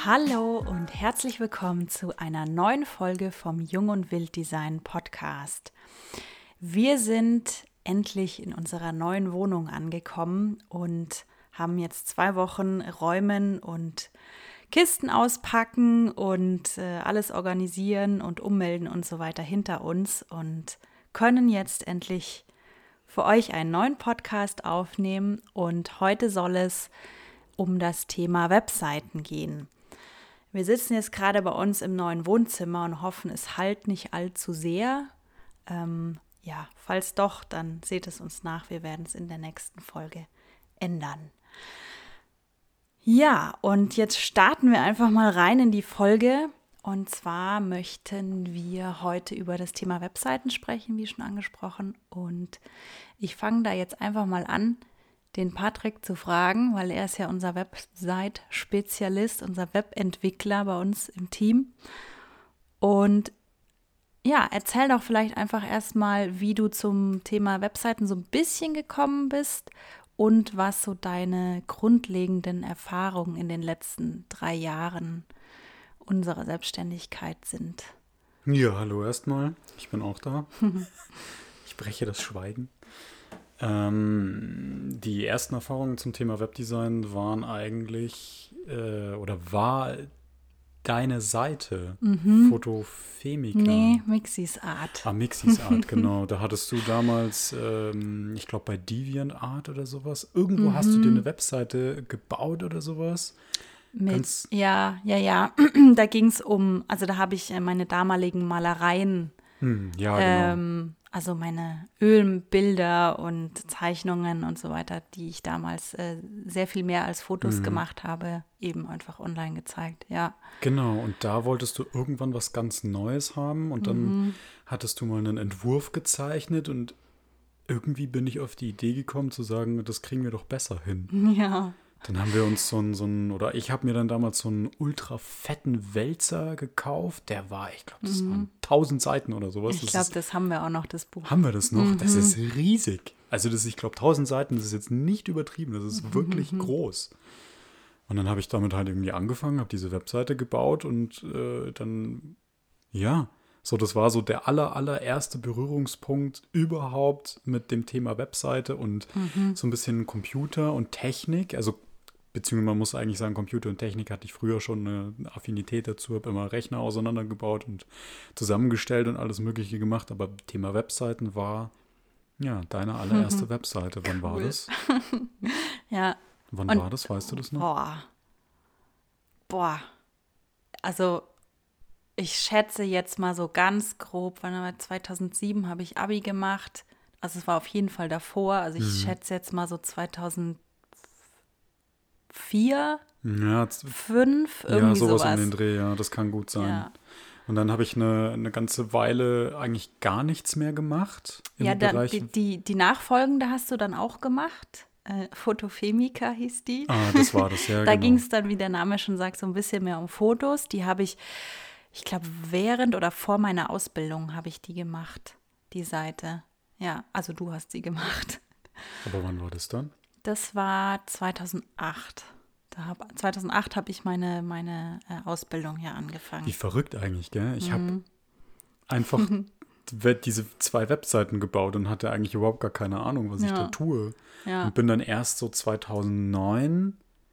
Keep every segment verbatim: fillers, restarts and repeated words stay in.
Hallo und herzlich willkommen zu einer neuen Folge vom Jung und Wild Design Podcast. Wir sind endlich in unserer neuen Wohnung angekommen und haben jetzt zwei Wochen räumen und Kisten auspacken und äh, alles organisieren und ummelden und so weiter hinter uns und können jetzt endlich für euch einen neuen Podcast aufnehmen. Und heute soll es um das Thema Webseiten gehen. Wir sitzen jetzt gerade bei uns im neuen Wohnzimmer und hoffen, es hallt nicht allzu sehr. Ähm, ja, falls doch, dann seht es uns nach. Wir werden es in der nächsten Folge ändern. Ja, und jetzt starten wir einfach mal rein in die Folge. Und zwar möchten wir heute über das Thema Webseiten sprechen, wie schon angesprochen. Und ich fange da jetzt einfach mal an, den Patrick zu fragen, weil er ist ja unser Website-Spezialist, unser Webentwickler bei uns im Team. Und ja, erzähl doch vielleicht einfach erstmal, wie du zum Thema Webseiten so ein bisschen gekommen bist und was so deine grundlegenden Erfahrungen in den letzten drei Jahren unserer Selbstständigkeit sind. Ja, hallo erstmal. Ich bin auch da. Ich breche das Schweigen. Ähm, die ersten Erfahrungen zum Thema Webdesign waren eigentlich, äh, oder war deine Seite, mhm. Photofemica. Nee, Mixis Art. Ah, Mixis Art, genau. Da hattest du damals, ähm, ich glaube bei DeviantArt oder sowas, irgendwo mhm. hast du dir eine Webseite gebaut oder sowas. Mit, ja, ja, ja. Da ging es um, also da habe ich meine damaligen Malereien, hm, ja, genau. ähm, also meine Ölbilder und Zeichnungen und so weiter, die ich damals äh, sehr viel mehr als Fotos mhm. gemacht habe, eben einfach online gezeigt, ja. Genau, und da wolltest du irgendwann was ganz Neues haben und dann mhm. hattest du mal einen Entwurf gezeichnet und irgendwie bin ich auf die Idee gekommen zu sagen, das kriegen wir doch besser hin. Ja. Dann haben wir uns so einen, so einen oder ich habe mir dann damals so einen ultra fetten Wälzer gekauft. Der war, ich glaube, das mhm. waren tausend Seiten oder sowas. Ich glaube, das haben wir auch noch, das Buch. Haben wir das noch? Mhm. Das ist riesig. Also das, ich glaube, tausend Seiten, das ist jetzt nicht übertrieben. Das ist wirklich mhm. groß. Und dann habe ich damit halt irgendwie angefangen, habe diese Webseite gebaut und äh, dann, ja, so das war so der aller, allererste Berührungspunkt überhaupt mit dem Thema Webseite und mhm. so ein bisschen Computer und Technik, also beziehungsweise man muss eigentlich sagen, Computer und Technik hatte ich früher schon eine Affinität dazu, habe immer Rechner auseinandergebaut und zusammengestellt und alles Mögliche gemacht, aber Thema Webseiten war, ja, deine allererste mhm. Webseite. Wann cool. war das? Ja. Wann und, war das, weißt du das noch? Boah. Boah. Also ich schätze jetzt mal so ganz grob, wann war zweitausendsieben habe ich Abi gemacht, also es war auf jeden Fall davor, also ich mhm. schätze jetzt mal so zweitausendvier, ja, fünf, irgendwie ja, sowas sowas. um den Dreh, ja, das kann gut sein. Ja. Und dann habe ich eine, eine ganze Weile eigentlich gar nichts mehr gemacht. Ja, dann, die, die, die nachfolgende hast du dann auch gemacht. Äh, Photofemica hieß die. Ah, das war das, ja, Da genau. ging es dann, wie der Name schon sagt, so ein bisschen mehr um Fotos. Die habe ich, ich glaube, während oder vor meiner Ausbildung habe ich die gemacht, die Seite. Ja, also du hast sie gemacht. Aber wann war das dann? Das war zweitausendacht. Da hab, zweitausendacht habe ich meine, meine äh, Ausbildung ja angefangen. Wie verrückt eigentlich, gell? Ich mhm. habe einfach diese zwei Webseiten gebaut und hatte eigentlich überhaupt gar keine Ahnung, was ja. ich da tue. Ja. Und bin dann erst so zweitausendneun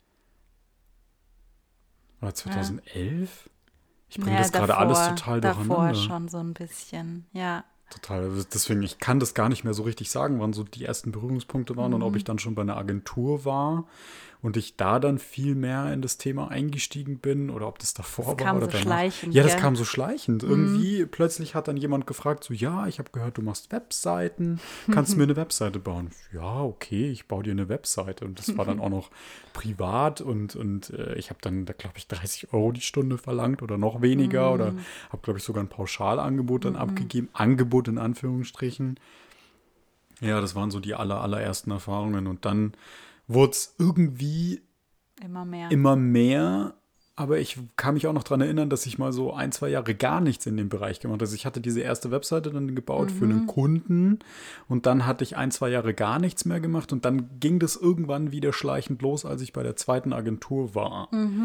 oder zweitausendelf. Ja. Ich bringe naja, das gerade alles total davor durcheinander. Davor schon so ein bisschen, ja. Total. Deswegen, ich kann das gar nicht mehr so richtig sagen, wann so die ersten Berührungspunkte waren mhm. und ob ich dann schon bei einer Agentur war und ich da dann viel mehr in das Thema eingestiegen bin oder ob das davor das war kam oder so danach. Schleichend, ja, das gell? kam so schleichend. Mhm. Irgendwie plötzlich hat dann jemand gefragt, so ja, ich habe gehört, du machst Webseiten, kannst du mir eine Webseite bauen? Ja, okay, ich baue dir eine Webseite und das war dann auch noch privat und, und äh, ich habe dann, da glaube ich, dreißig Euro die Stunde verlangt oder noch weniger mhm. oder habe, glaube ich, sogar ein Pauschalangebot dann mhm. abgegeben. Angebot in Anführungsstrichen. Ja, das waren so die aller, allerersten Erfahrungen und dann wurde es irgendwie immer mehr. immer mehr, aber ich kann mich auch noch daran erinnern, dass ich mal so ein, zwei Jahre gar nichts in dem Bereich gemacht habe. Also ich hatte diese erste Webseite dann gebaut mhm. für einen Kunden und dann hatte ich ein, zwei Jahre gar nichts mehr gemacht und dann ging das irgendwann wieder schleichend los, als ich bei der zweiten Agentur war. Mhm.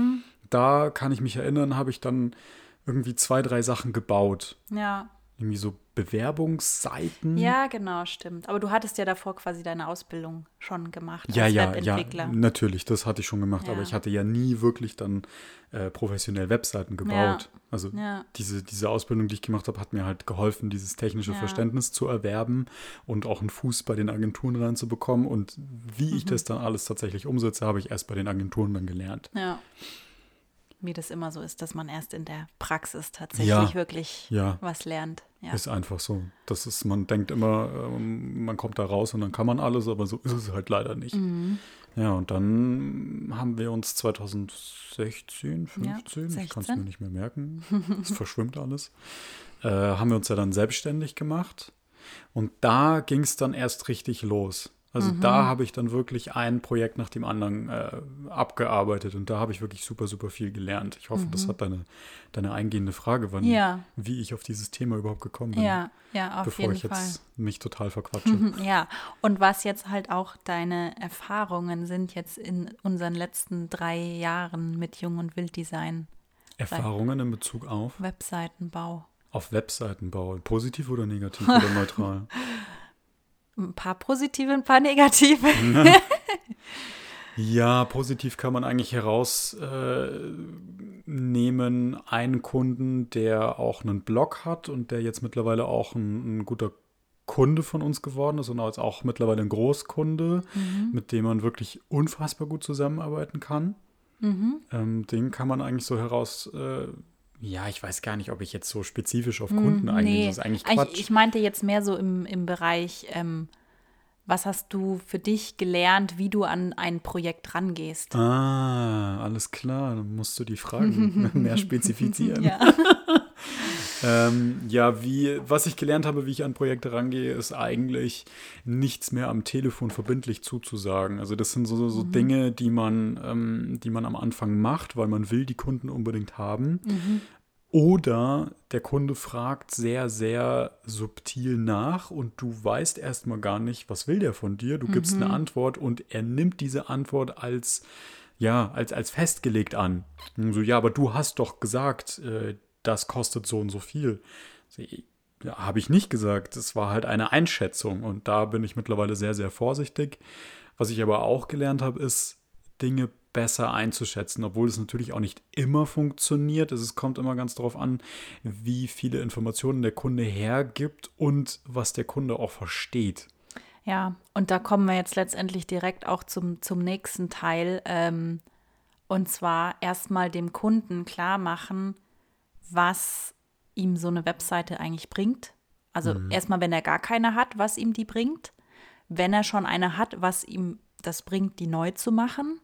da kann ich mich erinnern, habe ich dann irgendwie zwei, drei Sachen gebaut. Ja. Irgendwie so Bewerbungsseiten. Ja, genau, stimmt. Aber du hattest ja davor quasi deine Ausbildung schon gemacht Ja, als ja, Webentwickler. ja, natürlich, das hatte ich schon gemacht, Ja. aber ich hatte ja nie wirklich dann äh, professionell Webseiten gebaut. Ja. Also Ja. diese, diese Ausbildung, die ich gemacht habe, hat mir halt geholfen, dieses technische Ja. Verständnis zu erwerben und auch einen Fuß bei den Agenturen reinzubekommen. Und wie ich Mhm. das dann alles tatsächlich umsetze, habe ich erst bei den Agenturen dann gelernt. Ja. Wie das immer so ist, dass man erst in der Praxis tatsächlich Ja. wirklich Ja. was lernt. Ja. Ist einfach so. Das ist, man denkt immer, ähm, man kommt da raus und dann kann man alles, aber so ist es halt leider nicht. Mhm. Ja, und dann haben wir uns zwanzig sechzehn, fünfzehn, Ja, ich kann es sechzehn. mir nicht mehr merken, es verschwimmt alles, äh, haben wir uns ja dann selbstständig gemacht und da ging es dann erst richtig los. Also Mhm. da habe ich dann wirklich ein Projekt nach dem anderen äh, abgearbeitet und da habe ich wirklich super, super viel gelernt. Ich hoffe, das hat deine, deine eingehende Frage, wann, Ja. wie ich auf dieses Thema überhaupt gekommen bin, Ja, ja, auf bevor jeden ich Fall. jetzt mich total verquatsche. Ja, und was jetzt halt auch deine Erfahrungen sind jetzt in unseren letzten drei Jahren mit Jung- und Wilddesign, Erfahrungen in Bezug auf, Webseitenbau. auf Webseitenbau, positiv oder negativ oder neutral? Ein paar positive, ein paar negative. Ja, positiv kann man eigentlich herausnehmen, äh, einen Kunden, der auch einen Blog hat und der jetzt mittlerweile auch ein, ein guter Kunde von uns geworden ist und jetzt auch mittlerweile ein Großkunde, Mhm. mit dem man wirklich unfassbar gut zusammenarbeiten kann. Mhm. Ähm, den kann man eigentlich so heraus, äh, ja, ich weiß gar nicht, ob ich jetzt so spezifisch auf Kunden eingehe. Nee, Das ist eigentlich ich, Quatsch. ich meinte jetzt mehr so im, im Bereich, ähm, was hast du für dich gelernt, wie du an ein Projekt rangehst? Ah, alles klar, dann musst du die Fragen mehr spezifizieren. Ja. Ähm, ja, wie, was ich gelernt habe, wie ich an Projekte rangehe, ist eigentlich nichts mehr am Telefon verbindlich zuzusagen. Also das sind so, so Mhm. Dinge, die man, ähm, die man am Anfang macht, weil man will die Kunden unbedingt haben. Mhm. Oder der Kunde fragt sehr, sehr subtil nach und du weißt erstmal gar nicht, was will der von dir. Du gibst Mhm. eine Antwort und er nimmt diese Antwort als, ja, als, als festgelegt an. Und so, ja, aber du hast doch gesagt, äh, das kostet so und so viel. So, ja, habe ich nicht gesagt. Das war halt eine Einschätzung und da bin ich mittlerweile sehr, sehr vorsichtig. Was ich aber auch gelernt habe, ist, Dinge besser einzuschätzen, obwohl es natürlich auch nicht immer funktioniert. Es kommt immer ganz darauf an, wie viele Informationen der Kunde hergibt und was der Kunde auch versteht. Ja, und da kommen wir jetzt letztendlich direkt auch zum, zum nächsten Teil. Ähm, und zwar erstmal dem Kunden klar machen, was ihm so eine Webseite eigentlich bringt. Also Mhm. erstmal, wenn er gar keine hat, was ihm die bringt. Wenn er schon eine hat, was ihm das bringt, die neu zu machen.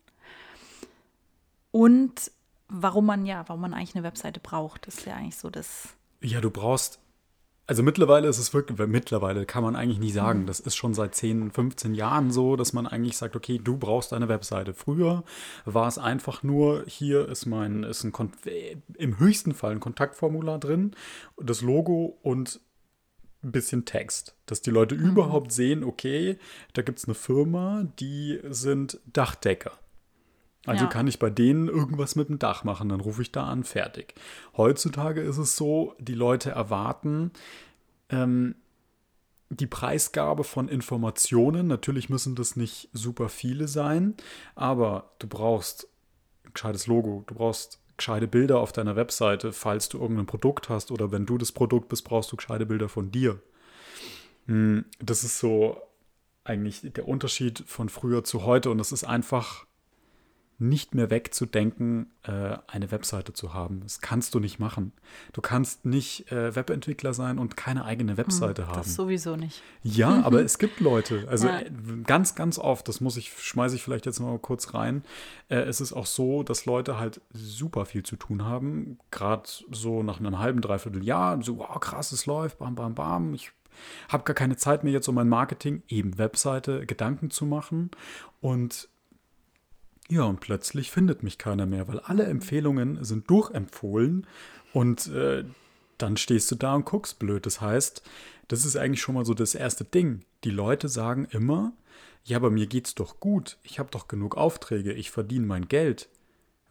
Und warum man, ja, warum man eigentlich eine Webseite braucht. Das ist ja eigentlich so das. Ja, du brauchst, also mittlerweile ist es wirklich, weil mittlerweile kann man eigentlich nicht sagen, das ist schon seit zehn, fünfzehn Jahren so, dass man eigentlich sagt, okay, du brauchst eine Webseite. Früher war es einfach nur, hier ist mein, ist ein, Kon- im höchsten Fall ein Kontaktformular drin, das Logo und ein bisschen Text, dass die Leute Mhm. überhaupt sehen, okay, da gibt es eine Firma, die sind Dachdecker. Also Ja. kann ich bei denen irgendwas mit dem Dach machen, dann rufe ich da an, fertig. Heutzutage ist es so, die Leute erwarten ähm, die Preisgabe von Informationen. Natürlich müssen das nicht super viele sein, aber du brauchst ein gescheites Logo, du brauchst gescheite Bilder auf deiner Webseite, falls du irgendein Produkt hast oder wenn du das Produkt bist, brauchst du gescheite Bilder von dir. Hm, Das ist so eigentlich der Unterschied von früher zu heute und es ist einfach nicht mehr wegzudenken, äh, eine Webseite zu haben. Das kannst du nicht machen. Du kannst nicht äh, Webentwickler sein und keine eigene Webseite haben. Das sowieso nicht. Ja, aber es gibt Leute, also Ja. äh, ganz, ganz oft, das muss ich, schmeiße ich vielleicht jetzt mal kurz rein, äh, es ist auch so, dass Leute halt super viel zu tun haben, gerade so nach einem halben, dreiviertel Jahr, so, wow, krass, es läuft, bam, bam, bam, ich habe gar keine Zeit mehr jetzt um mein Marketing, eben Webseite, Gedanken zu machen und ja, und plötzlich findet mich keiner mehr, weil alle Empfehlungen sind durchempfohlen und äh, dann stehst du da und guckst blöd. Das heißt, das ist eigentlich schon mal so das erste Ding. Die Leute sagen immer, ja, aber mir geht's doch gut. Ich habe doch genug Aufträge. Ich verdiene mein Geld.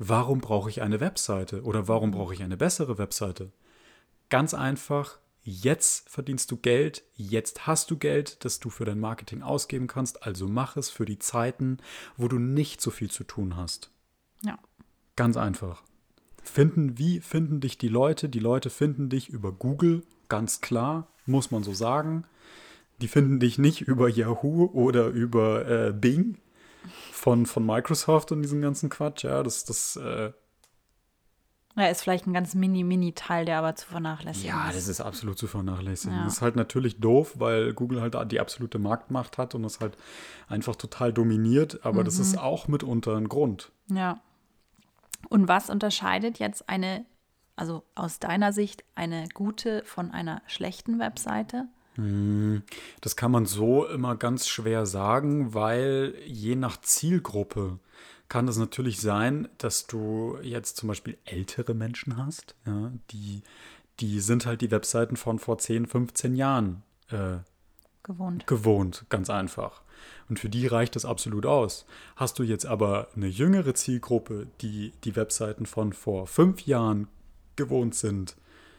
Warum brauche ich eine Webseite oder warum brauche ich eine bessere Webseite? Ganz einfach, jetzt verdienst du Geld, jetzt hast du Geld, das du für dein Marketing ausgeben kannst, also mach es für die Zeiten, wo du nicht so viel zu tun hast. Ja. Ganz einfach. Finden, wie finden dich die Leute? Die Leute finden dich über Google, ganz klar, muss man so sagen. Die finden dich nicht über Yahoo oder über äh, Bing von, von Microsoft und diesem ganzen Quatsch. Ja, das, das äh, ja, ist vielleicht ein ganz mini, mini Teil, der aber zu vernachlässigen ja, ist. das ist absolut zu vernachlässigen. Ja. Das ist halt natürlich doof, weil Google halt die absolute Marktmacht hat und das halt einfach total dominiert. Aber Mhm. das ist auch mitunter ein Grund. Ja. Und was unterscheidet jetzt eine, also aus deiner Sicht, eine gute von einer schlechten Webseite? Das kann man so immer ganz schwer sagen, weil je nach Zielgruppe kann es natürlich sein, dass du jetzt zum Beispiel ältere Menschen hast, ja, die, die sind halt die Webseiten von vor zehn, fünfzehn Jahren äh, Gewohnt. gewohnt, ganz einfach. Und für die reicht das absolut aus. Hast du jetzt aber eine jüngere Zielgruppe, die die Webseiten von vor fünf Jahren gewohnt sind,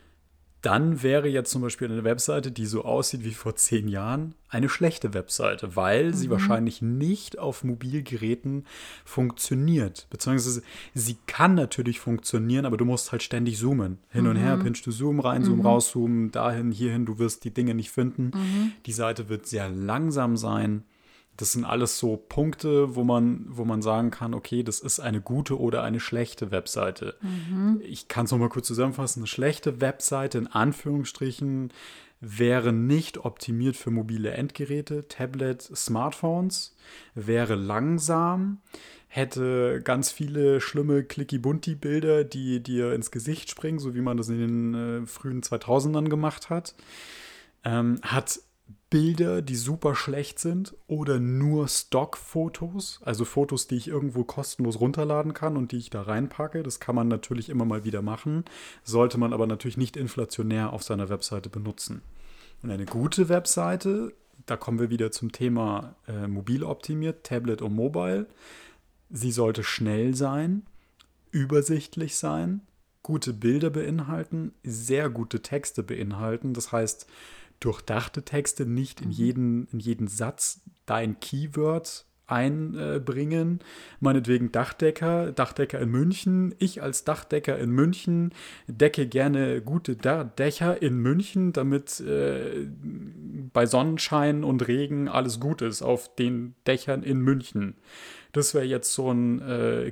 dann wäre jetzt zum Beispiel eine Webseite, die so aussieht wie vor zehn Jahren, eine schlechte Webseite, weil mhm. sie wahrscheinlich nicht auf Mobilgeräten funktioniert. Beziehungsweise sie kann natürlich funktionieren, aber du musst halt ständig zoomen. Hin mhm. und her, pinch to zoom, rein, zoom, mhm. raus, zoomen, dahin, hierhin, du wirst die Dinge nicht finden. Mhm. Die Seite wird sehr langsam sein. Das sind alles so Punkte, wo man, wo man sagen kann, okay, das ist eine gute oder eine schlechte Webseite. Mhm. Ich kann es nochmal kurz zusammenfassen. Eine schlechte Webseite in Anführungsstrichen wäre nicht optimiert für mobile Endgeräte, Tablet, Smartphones, wäre langsam, hätte ganz viele schlimme Clicky-Bunti-Bilder, die dir ins Gesicht springen, so wie man das in den äh, frühen zweitausendern gemacht hat, ähm, hat Bilder, die super schlecht sind oder nur Stockfotos, also Fotos, die ich irgendwo kostenlos runterladen kann und die ich da reinpacke. Das kann man natürlich immer mal wieder machen, sollte man aber natürlich nicht inflationär auf seiner Webseite benutzen. Und eine gute Webseite, da kommen wir wieder zum Thema äh, mobil optimiert, Tablet und Mobile. Sie sollte schnell sein, übersichtlich sein, gute Bilder beinhalten, sehr gute Texte beinhalten. Das heißt, durchdachte Texte, nicht in jeden, in jeden Satz dein Keyword einbringen. Meinetwegen Dachdecker, Dachdecker in München. Ich als Dachdecker in München decke gerne gute Dächer in München, damit äh, bei Sonnenschein und Regen alles gut ist auf den Dächern in München. Das wäre jetzt so ein äh,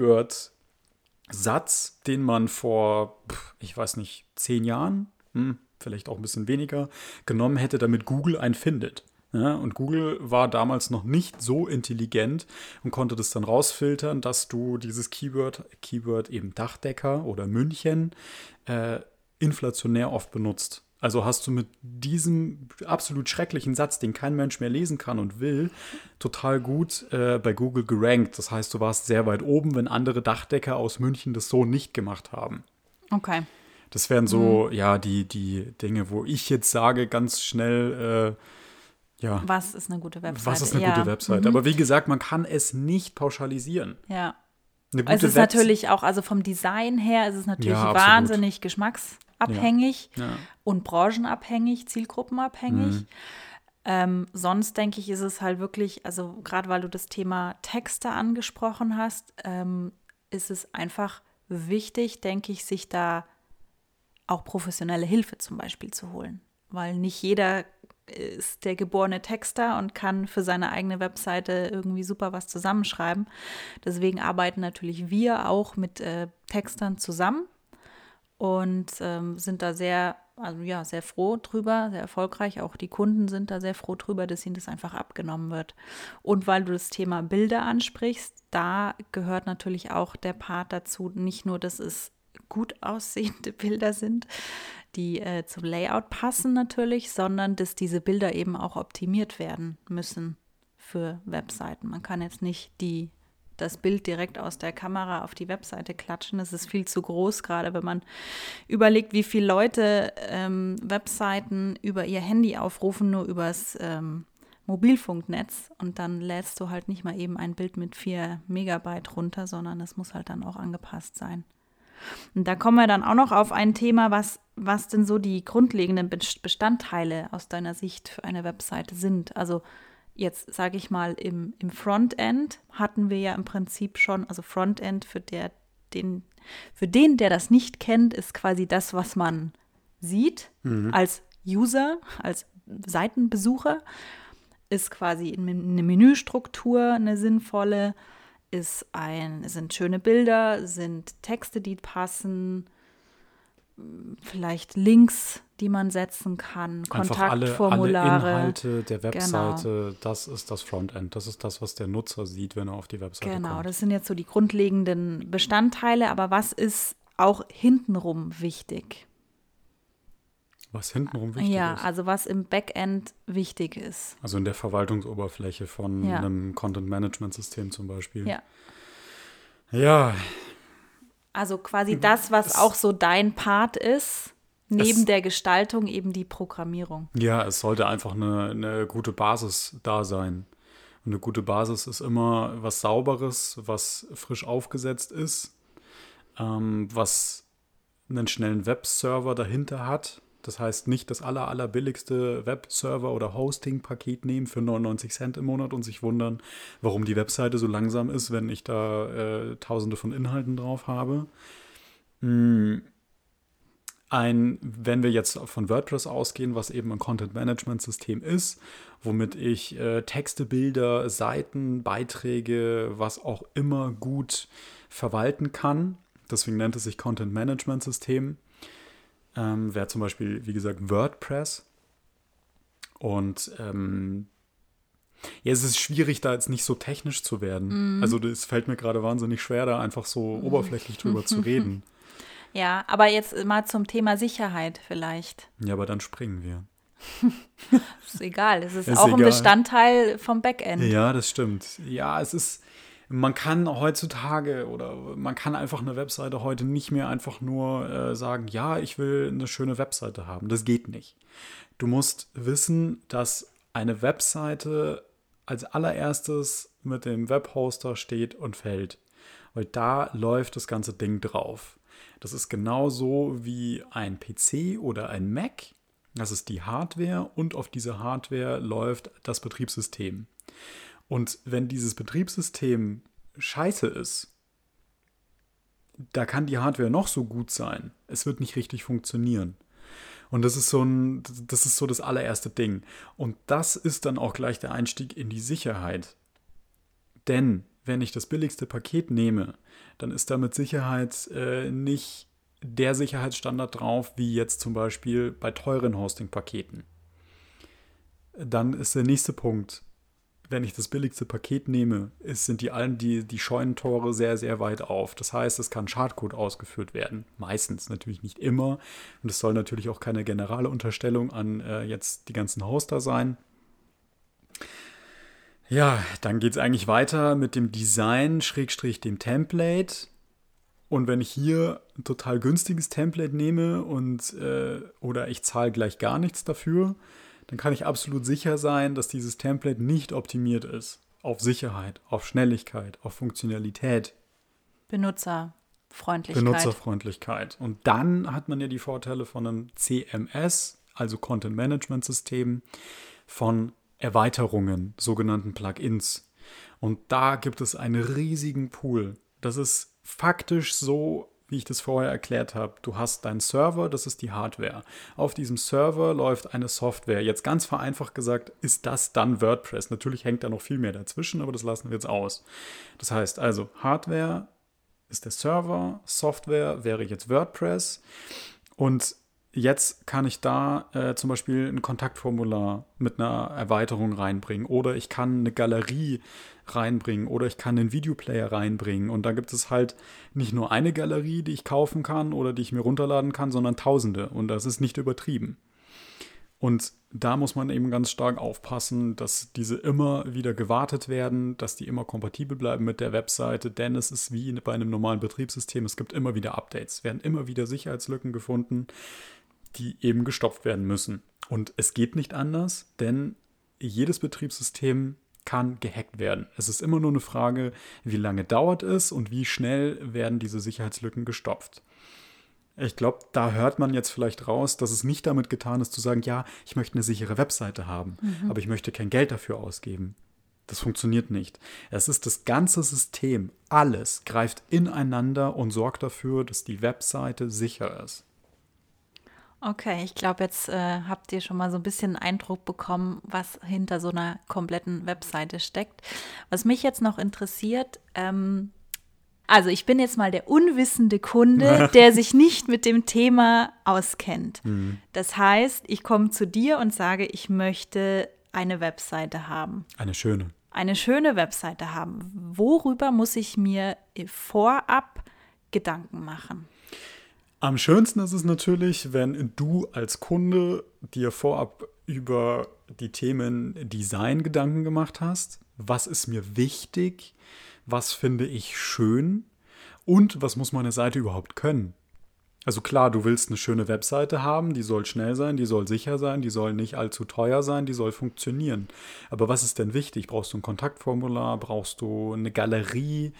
Keyword-Satz, den man vor, ich weiß nicht, zehn Jahren, hm, vielleicht auch ein bisschen weniger, genommen hätte, damit Google einen findet. Ja, und Google war damals noch nicht so intelligent und konnte das dann rausfiltern, dass du dieses Keyword, Keyword eben Dachdecker oder München, äh, inflationär oft benutzt. Also hast du mit diesem absolut schrecklichen Satz, den kein Mensch mehr lesen kann und will, total gut äh, bei Google gerankt. Das heißt, du warst sehr weit oben, wenn andere Dachdecker aus München das so nicht gemacht haben. Okay. Das wären so, mhm. ja, die, die Dinge, wo ich jetzt sage, ganz schnell, äh, ja. Was ist eine gute Webseite? Was ist eine ja. gute Webseite? Mhm. Aber wie gesagt, man kann es nicht pauschalisieren. Ja. Eine gute es ist Webs- natürlich auch, also vom Design her ist es natürlich Ja, wahnsinnig geschmacksabhängig Ja. Ja. und branchenabhängig, zielgruppenabhängig. Mhm. Ähm, sonst denke ich, ist es halt wirklich, also gerade weil du das Thema Texte angesprochen hast, ähm, ist es einfach wichtig, denke ich, sich da auch professionelle Hilfe zum Beispiel zu holen. Weil nicht jeder ist der geborene Texter und kann für seine eigene Webseite irgendwie super was zusammenschreiben. Deswegen arbeiten natürlich wir auch mit äh, Textern zusammen und ähm, sind da sehr, also ja, sehr froh drüber, sehr erfolgreich. Auch die Kunden sind da sehr froh drüber, dass ihnen das einfach abgenommen wird. Und weil du das Thema Bilder ansprichst, da gehört natürlich auch der Part dazu, nicht nur, dass es gut aussehende Bilder sind, die äh, zum Layout passen natürlich, sondern dass diese Bilder eben auch optimiert werden müssen für Webseiten. Man kann jetzt nicht die, das Bild direkt aus der Kamera auf die Webseite klatschen. Das ist viel zu groß, gerade wenn man überlegt, wie viele Leute ähm, Webseiten über ihr Handy aufrufen, nur übers ähm, Mobilfunknetz und dann lädst du halt nicht mal eben ein Bild mit vier Megabyte runter, sondern es muss halt dann auch angepasst sein. Und da kommen wir dann auch noch auf ein Thema, was, was denn so die grundlegenden Bestandteile aus deiner Sicht für eine Webseite sind. Also jetzt sage ich mal, im, im Frontend hatten wir ja im Prinzip schon, also Frontend für, der, den, für den, der das nicht kennt, ist quasi das, was man sieht mhm. als User, als Seitenbesucher, ist quasi eine Menüstruktur, eine sinnvolle, ist ein, sind schöne Bilder, sind Texte, die passen, vielleicht Links, die man setzen kann, Kontaktformulare. Alle, alle Inhalte der Webseite, genau. Das ist das Frontend. Das ist das, was der Nutzer sieht, wenn er auf die Webseite genau, kommt. Genau, das sind jetzt so die grundlegenden Bestandteile. Aber was ist auch hintenrum wichtig? Was hintenrum wichtig ja, ist? Ja, also was im Backend wichtig ist. Also in der Verwaltungsoberfläche von ja. einem Content-Management-System zum Beispiel. Ja. Ja. Also quasi das, was es, auch so dein Part ist, neben es, der Gestaltung eben die Programmierung. Ja, es sollte einfach eine, eine gute Basis da sein. Und eine gute Basis ist immer was Sauberes, was frisch aufgesetzt ist, ähm, was einen schnellen Webserver dahinter hat. Das heißt, nicht das aller, aller billigste Webserver- oder Hosting-Paket nehmen für neunundneunzig Cent im Monat und sich wundern, warum die Webseite so langsam ist, wenn ich da äh, tausende von Inhalten drauf habe. Ein, wenn wir jetzt von WordPress ausgehen, was eben ein Content-Management-System ist, womit ich äh, Texte, Bilder, Seiten, Beiträge, was auch immer gut verwalten kann. Deswegen nennt es sich Content-Management-System. Ähm, wäre zum Beispiel, wie gesagt, WordPress. Und ähm, ja, es ist schwierig, da jetzt nicht so technisch zu werden. Mhm. Also es fällt mir gerade wahnsinnig schwer, da einfach so mhm. oberflächlich drüber zu reden. Ja, aber jetzt mal zum Thema Sicherheit vielleicht. Ja, aber dann springen wir. Ist egal, es ist, ist auch egal. ein Bestandteil vom Backend. Ja, das stimmt. Ja, es ist... Man kann heutzutage oder man kann einfach eine Webseite heute nicht mehr einfach nur äh, sagen, ja, ich will eine schöne Webseite haben. Das geht nicht. Du musst wissen, dass eine Webseite als allererstes mit dem Webhoster steht und fällt. Weil da läuft das ganze Ding drauf. Das ist genauso wie ein P C oder ein Mac. Das ist die Hardware und auf dieser Hardware läuft das Betriebssystem. Und wenn dieses Betriebssystem scheiße ist, da kann die Hardware noch so gut sein. Es wird nicht richtig funktionieren. Und das ist so ein, das ist so das allererste Ding. Und das ist dann auch gleich der Einstieg in die Sicherheit. Denn wenn ich das billigste Paket nehme, dann ist da mit Sicherheit äh, nicht der Sicherheitsstandard drauf, wie jetzt zum Beispiel bei teuren Hosting-Paketen. Dann ist der nächste Punkt. Wenn ich das billigste Paket nehme, ist, sind die allen die, die Scheunentore sehr, sehr weit auf. Das heißt, es kann Schadcode ausgeführt werden. Meistens, natürlich nicht immer. Und es soll natürlich auch keine generelle Unterstellung an äh, jetzt die ganzen Hoster sein. Ja, dann geht es eigentlich weiter mit dem Design, Schrägstrich dem Template. Und wenn ich hier ein total günstiges Template nehme und äh, oder ich zahle gleich gar nichts dafür, dann kann ich absolut sicher sein, dass dieses Template nicht optimiert ist. Auf Sicherheit, auf Schnelligkeit, auf Funktionalität. Benutzerfreundlichkeit. Benutzerfreundlichkeit. Und dann hat man ja die Vorteile von einem C M S, also Content Management System, von Erweiterungen, sogenannten Plugins. Und da gibt es einen riesigen Pool. Das ist faktisch so, wie ich das vorher erklärt habe. Du hast deinen Server, das ist die Hardware. Auf diesem Server läuft eine Software. Jetzt ganz vereinfacht gesagt, ist das dann WordPress. Natürlich hängt da noch viel mehr dazwischen, aber das lassen wir jetzt aus. Das heißt also, Hardware ist der Server, Software wäre jetzt WordPress und jetzt kann ich da äh, zum Beispiel ein Kontaktformular mit einer Erweiterung reinbringen oder ich kann eine Galerie reinbringen oder ich kann einen Videoplayer reinbringen und da gibt es halt nicht nur eine Galerie, die ich kaufen kann oder die ich mir runterladen kann, sondern tausende und das ist nicht übertrieben. Und da muss man eben ganz stark aufpassen, dass diese immer wieder gewartet werden, dass die immer kompatibel bleiben mit der Webseite, denn es ist wie bei einem normalen Betriebssystem, es gibt immer wieder Updates, werden immer wieder Sicherheitslücken gefunden, die eben gestopft werden müssen. Und es geht nicht anders, denn jedes Betriebssystem kann gehackt werden. Es ist immer nur eine Frage, wie lange dauert es und wie schnell werden diese Sicherheitslücken gestopft. Ich glaube, da hört man jetzt vielleicht raus, dass es nicht damit getan ist, zu sagen, ja, ich möchte eine sichere Webseite haben, mhm. aber ich möchte kein Geld dafür ausgeben. Das funktioniert nicht. Es ist das ganze System, alles greift ineinander und sorgt dafür, dass die Webseite sicher ist. Okay, ich glaube, jetzt äh, habt ihr schon mal so ein bisschen einen Eindruck bekommen, was hinter so einer kompletten Webseite steckt. Was mich jetzt noch interessiert, ähm, also ich bin jetzt mal der unwissende Kunde, der sich nicht mit dem Thema auskennt. Mhm. Das heißt, ich komme zu dir und sage, ich möchte eine Webseite haben. Eine schöne. Eine schöne Webseite haben. Worüber muss ich mir vorab Gedanken machen? Am schönsten ist es natürlich, wenn du als Kunde dir vorab über die Themen Design Gedanken gemacht hast. Was ist mir wichtig? Was finde ich schön? Und was muss meine Seite überhaupt können? Also klar, du willst eine schöne Webseite haben, die soll schnell sein, die soll sicher sein, die soll nicht allzu teuer sein, die soll funktionieren. Aber was ist denn wichtig? Brauchst du ein Kontaktformular? Brauchst du eine Galerie?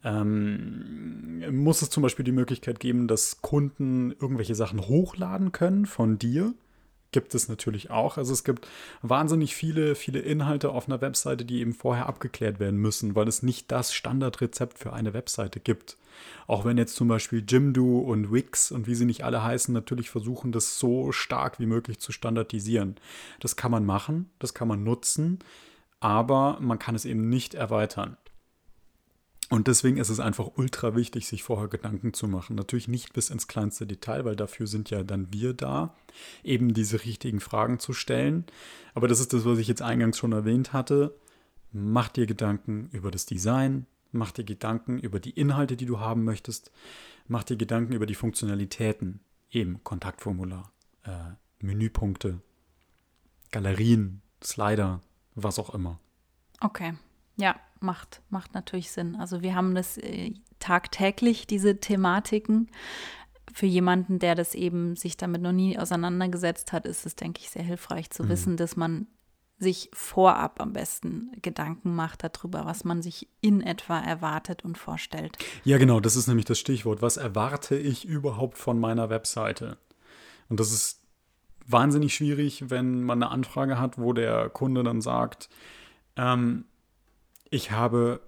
Ähm, muss es zum Beispiel die Möglichkeit geben, dass Kunden irgendwelche Sachen hochladen können von dir? Gibt es natürlich auch. Also es gibt wahnsinnig viele, viele Inhalte auf einer Webseite, die eben vorher abgeklärt werden müssen, weil es nicht das Standardrezept für eine Webseite gibt. Auch wenn jetzt zum Beispiel Jimdo und Wix und wie sie nicht alle heißen, natürlich versuchen, das so stark wie möglich zu standardisieren. Das kann man machen, das kann man nutzen, aber man kann es eben nicht erweitern. Und deswegen ist es einfach ultra wichtig, sich vorher Gedanken zu machen. Natürlich nicht bis ins kleinste Detail, weil dafür sind ja dann wir da, eben diese richtigen Fragen zu stellen. Aber das ist das, was ich jetzt eingangs schon erwähnt hatte. Mach dir Gedanken über das Design, mach dir Gedanken über die Inhalte, die du haben möchtest, mach dir Gedanken über die Funktionalitäten, eben Kontaktformular, äh, Menüpunkte, Galerien, Slider, was auch immer. Okay, ja. Macht, macht natürlich Sinn. Also wir haben das äh, tagtäglich, diese Thematiken. Für jemanden, der das eben sich damit noch nie auseinandergesetzt hat, ist es, denke ich, sehr hilfreich zu mhm. wissen, dass man sich vorab am besten Gedanken macht darüber, was man sich in etwa erwartet und vorstellt. Ja, genau, das ist nämlich das Stichwort. Was erwarte ich überhaupt von meiner Webseite? Und das ist wahnsinnig schwierig, wenn man eine Anfrage hat, wo der Kunde dann sagt, ähm, Ich habe,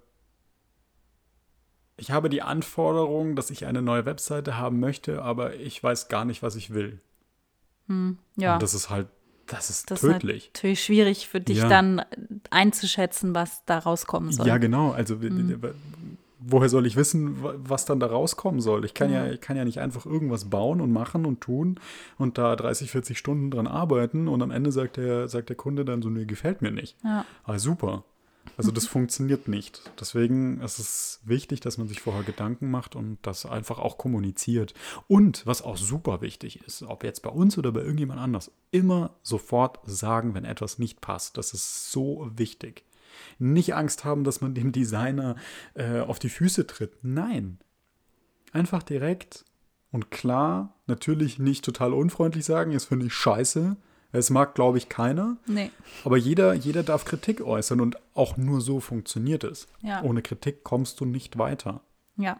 ich habe die Anforderung, dass ich eine neue Webseite haben möchte, aber ich weiß gar nicht, was ich will. Hm, ja. Und das ist halt, das ist das tödlich. Das ist natürlich schwierig für dich ja. dann einzuschätzen, was da rauskommen soll. Ja, genau. Also hm. woher soll ich wissen, was dann da rauskommen soll? Ich kann ja. ja, ich kann ja nicht einfach irgendwas bauen und machen und tun und da dreißig, vierzig Stunden dran arbeiten und am Ende sagt der, sagt der Kunde dann so, nee, gefällt mir nicht. Ja. Ah, super. Also das funktioniert nicht. Deswegen ist es wichtig, dass man sich vorher Gedanken macht und das einfach auch kommuniziert. Und was auch super wichtig ist, ob jetzt bei uns oder bei irgendjemand anders, immer sofort sagen, wenn etwas nicht passt. Das ist so wichtig. Nicht Angst haben, dass man dem Designer äh, auf die Füße tritt. Nein. Einfach direkt und klar, natürlich nicht total unfreundlich sagen, das finde ich scheiße. Es mag, glaube ich, keiner. Nee. Aber jeder, jeder darf Kritik äußern und auch nur so funktioniert es. Ja. Ohne Kritik kommst du nicht weiter. Ja.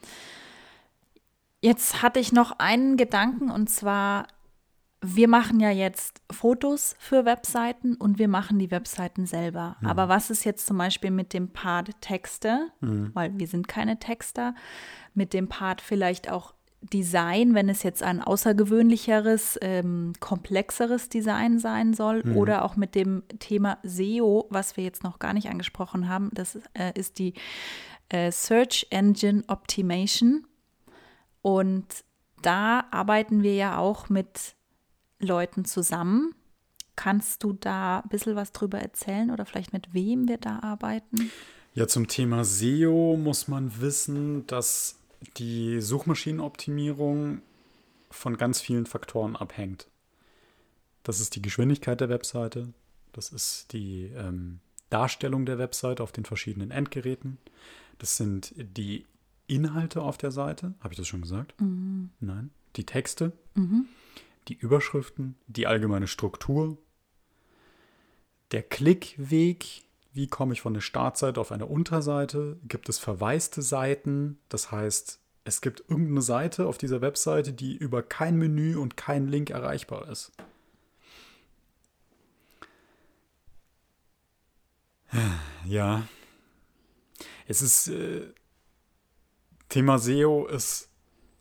Jetzt hatte ich noch einen Gedanken und zwar, wir machen ja jetzt Fotos für Webseiten und wir machen die Webseiten selber. Mhm. Aber was ist jetzt zum Beispiel mit dem Part Texte, mhm. weil wir sind keine Texter, mit dem Part vielleicht auch Design, wenn es jetzt ein außergewöhnlicheres, ähm, komplexeres Design sein soll mhm. oder auch mit dem Thema S E O, was wir jetzt noch gar nicht angesprochen haben, das äh, ist die äh, Search Engine Optimation und da arbeiten wir ja auch mit Leuten zusammen. Kannst du da ein bisschen was drüber erzählen oder vielleicht mit wem wir da arbeiten? Ja, zum Thema S E O muss man wissen, dass die Suchmaschinenoptimierung von ganz vielen Faktoren abhängt. Das ist die Geschwindigkeit der Webseite, das ist die ähm, Darstellung der Webseite auf den verschiedenen Endgeräten, das sind die Inhalte auf der Seite, habe ich das schon gesagt? Mhm. Nein. Die Texte, mhm. die Überschriften, die allgemeine Struktur, der Klickweg, wie komme ich von der Startseite auf eine Unterseite? Gibt es verwaiste Seiten? Das heißt, es gibt irgendeine Seite auf dieser Webseite, die über kein Menü und kein Link erreichbar ist. Ja, es ist, äh, Thema S E O ist,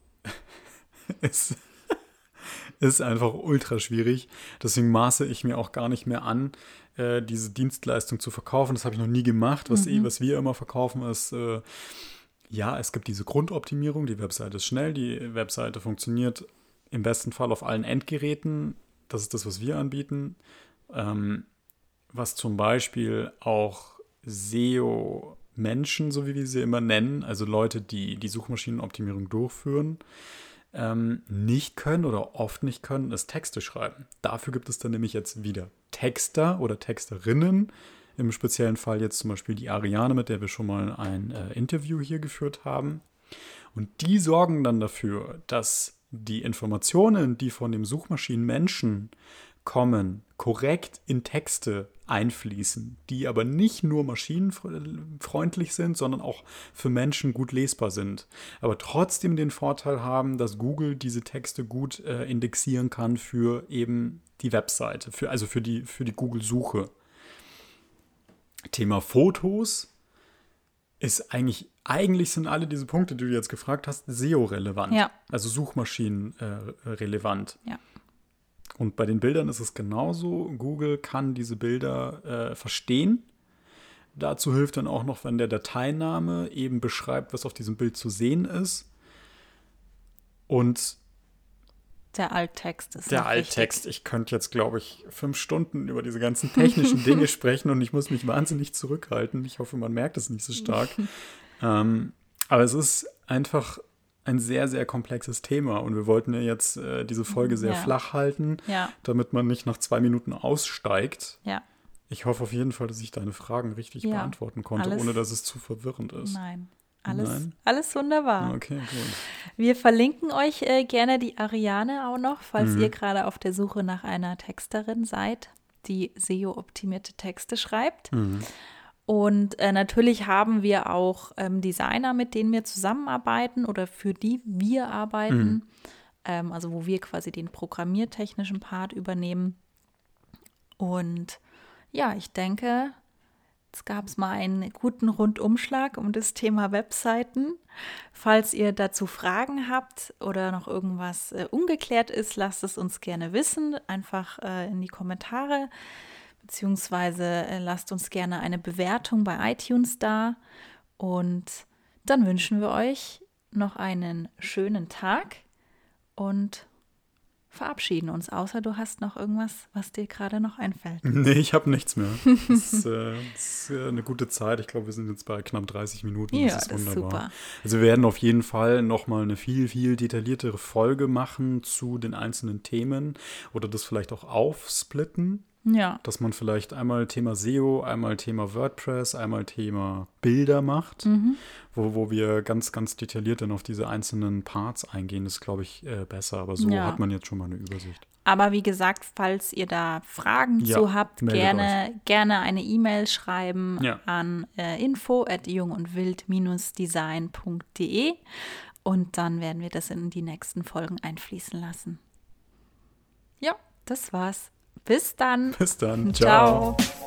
ist, ist einfach ultra schwierig. Deswegen maße ich mir auch gar nicht mehr an, äh, diese Dienstleistung zu verkaufen. Das habe ich noch nie gemacht. Was, mhm. was wir immer verkaufen ist, äh, ja, es gibt diese Grundoptimierung. Die Webseite ist schnell, die Webseite funktioniert im besten Fall auf allen Endgeräten. Das ist das, was wir anbieten. Ähm, was zum Beispiel auch S E O-Menschen, so wie wir sie immer nennen, also Leute, die die Suchmaschinenoptimierung durchführen, ähm, nicht können oder oft nicht können, ist Texte schreiben. Dafür gibt es dann nämlich jetzt wieder Texter oder Texterinnen. Im speziellen Fall jetzt zum Beispiel die Ariane, mit der wir schon mal ein äh, Interview hier geführt haben. Und die sorgen dann dafür, dass die Informationen, die von dem Suchmaschinenmenschen kommen, korrekt in Texte einfließen, die aber nicht nur maschinenfreundlich sind, sondern auch für Menschen gut lesbar sind. Aber trotzdem den Vorteil haben, dass Google diese Texte gut äh, indexieren kann für eben die Webseite, für, also für die, für die Google-Suche. Thema Fotos ist eigentlich, eigentlich sind alle diese Punkte, die du jetzt gefragt hast, S E O-relevant. Ja. Also Suchmaschinen-relevant. Äh, ja. Und bei den Bildern ist es genauso. Google kann diese Bilder äh, verstehen. Dazu hilft dann auch noch, wenn der Dateiname eben beschreibt, was auf diesem Bild zu sehen ist. Und der Alttext ist Der Alttext. Wichtig. Ich könnte jetzt, glaube ich, fünf Stunden über diese ganzen technischen Dinge sprechen und ich muss mich wahnsinnig zurückhalten. Ich hoffe, man merkt es nicht so stark. ähm, aber es ist einfach ein sehr, sehr komplexes Thema und wir wollten ja jetzt äh, diese Folge sehr ja. flach halten, ja. damit man nicht nach zwei Minuten aussteigt. Ja. Ich hoffe auf jeden Fall, dass ich deine Fragen richtig ja. beantworten konnte, alles, ohne dass es zu verwirrend ist. Nein, alles, Nein? alles wunderbar. Okay, gut. Wir verlinken euch äh, gerne die Ariane auch noch, falls Mhm. ihr gerade auf der Suche nach einer Texterin seid, die S E O-optimierte Texte schreibt. Mhm. Und äh, natürlich haben wir auch ähm, Designer, mit denen wir zusammenarbeiten oder für die wir arbeiten, Mhm. ähm, also wo wir quasi den programmiertechnischen Part übernehmen. Und ja, ich denke, jetzt gab es mal einen guten Rundumschlag um das Thema Webseiten. Falls ihr dazu Fragen habt oder noch irgendwas äh, ungeklärt ist, lasst es uns gerne wissen, einfach äh, in die Kommentare. Beziehungsweise äh, lasst uns gerne eine Bewertung bei iTunes da. Und dann wünschen wir euch noch einen schönen Tag und verabschieden uns. Außer du hast noch irgendwas, was dir gerade noch einfällt. Nee, ich habe nichts mehr. Das ist, äh, das ist äh, eine gute Zeit. Ich glaube, wir sind jetzt bei knapp dreißig Minuten. Ja, das ist das ist wunderbar. super. Also wir werden auf jeden Fall nochmal eine viel, viel detailliertere Folge machen zu den einzelnen Themen oder das vielleicht auch aufsplitten. Ja. Dass man vielleicht einmal Thema S E O, einmal Thema WordPress, einmal Thema Bilder macht, Mhm. wo, wo wir ganz, ganz detailliert dann auf diese einzelnen Parts eingehen. Das ist, glaube ich, äh, besser. Aber so Ja. hat man jetzt schon mal eine Übersicht. Aber wie gesagt, falls ihr da Fragen Ja, zu habt, meldet gerne, gerne eine E-Mail schreiben Ja. an äh, info at jungundwild design punkt de und dann werden wir das in die nächsten Folgen einfließen lassen. Ja, das war's. Bis dann. Bis dann. Ciao. Ciao.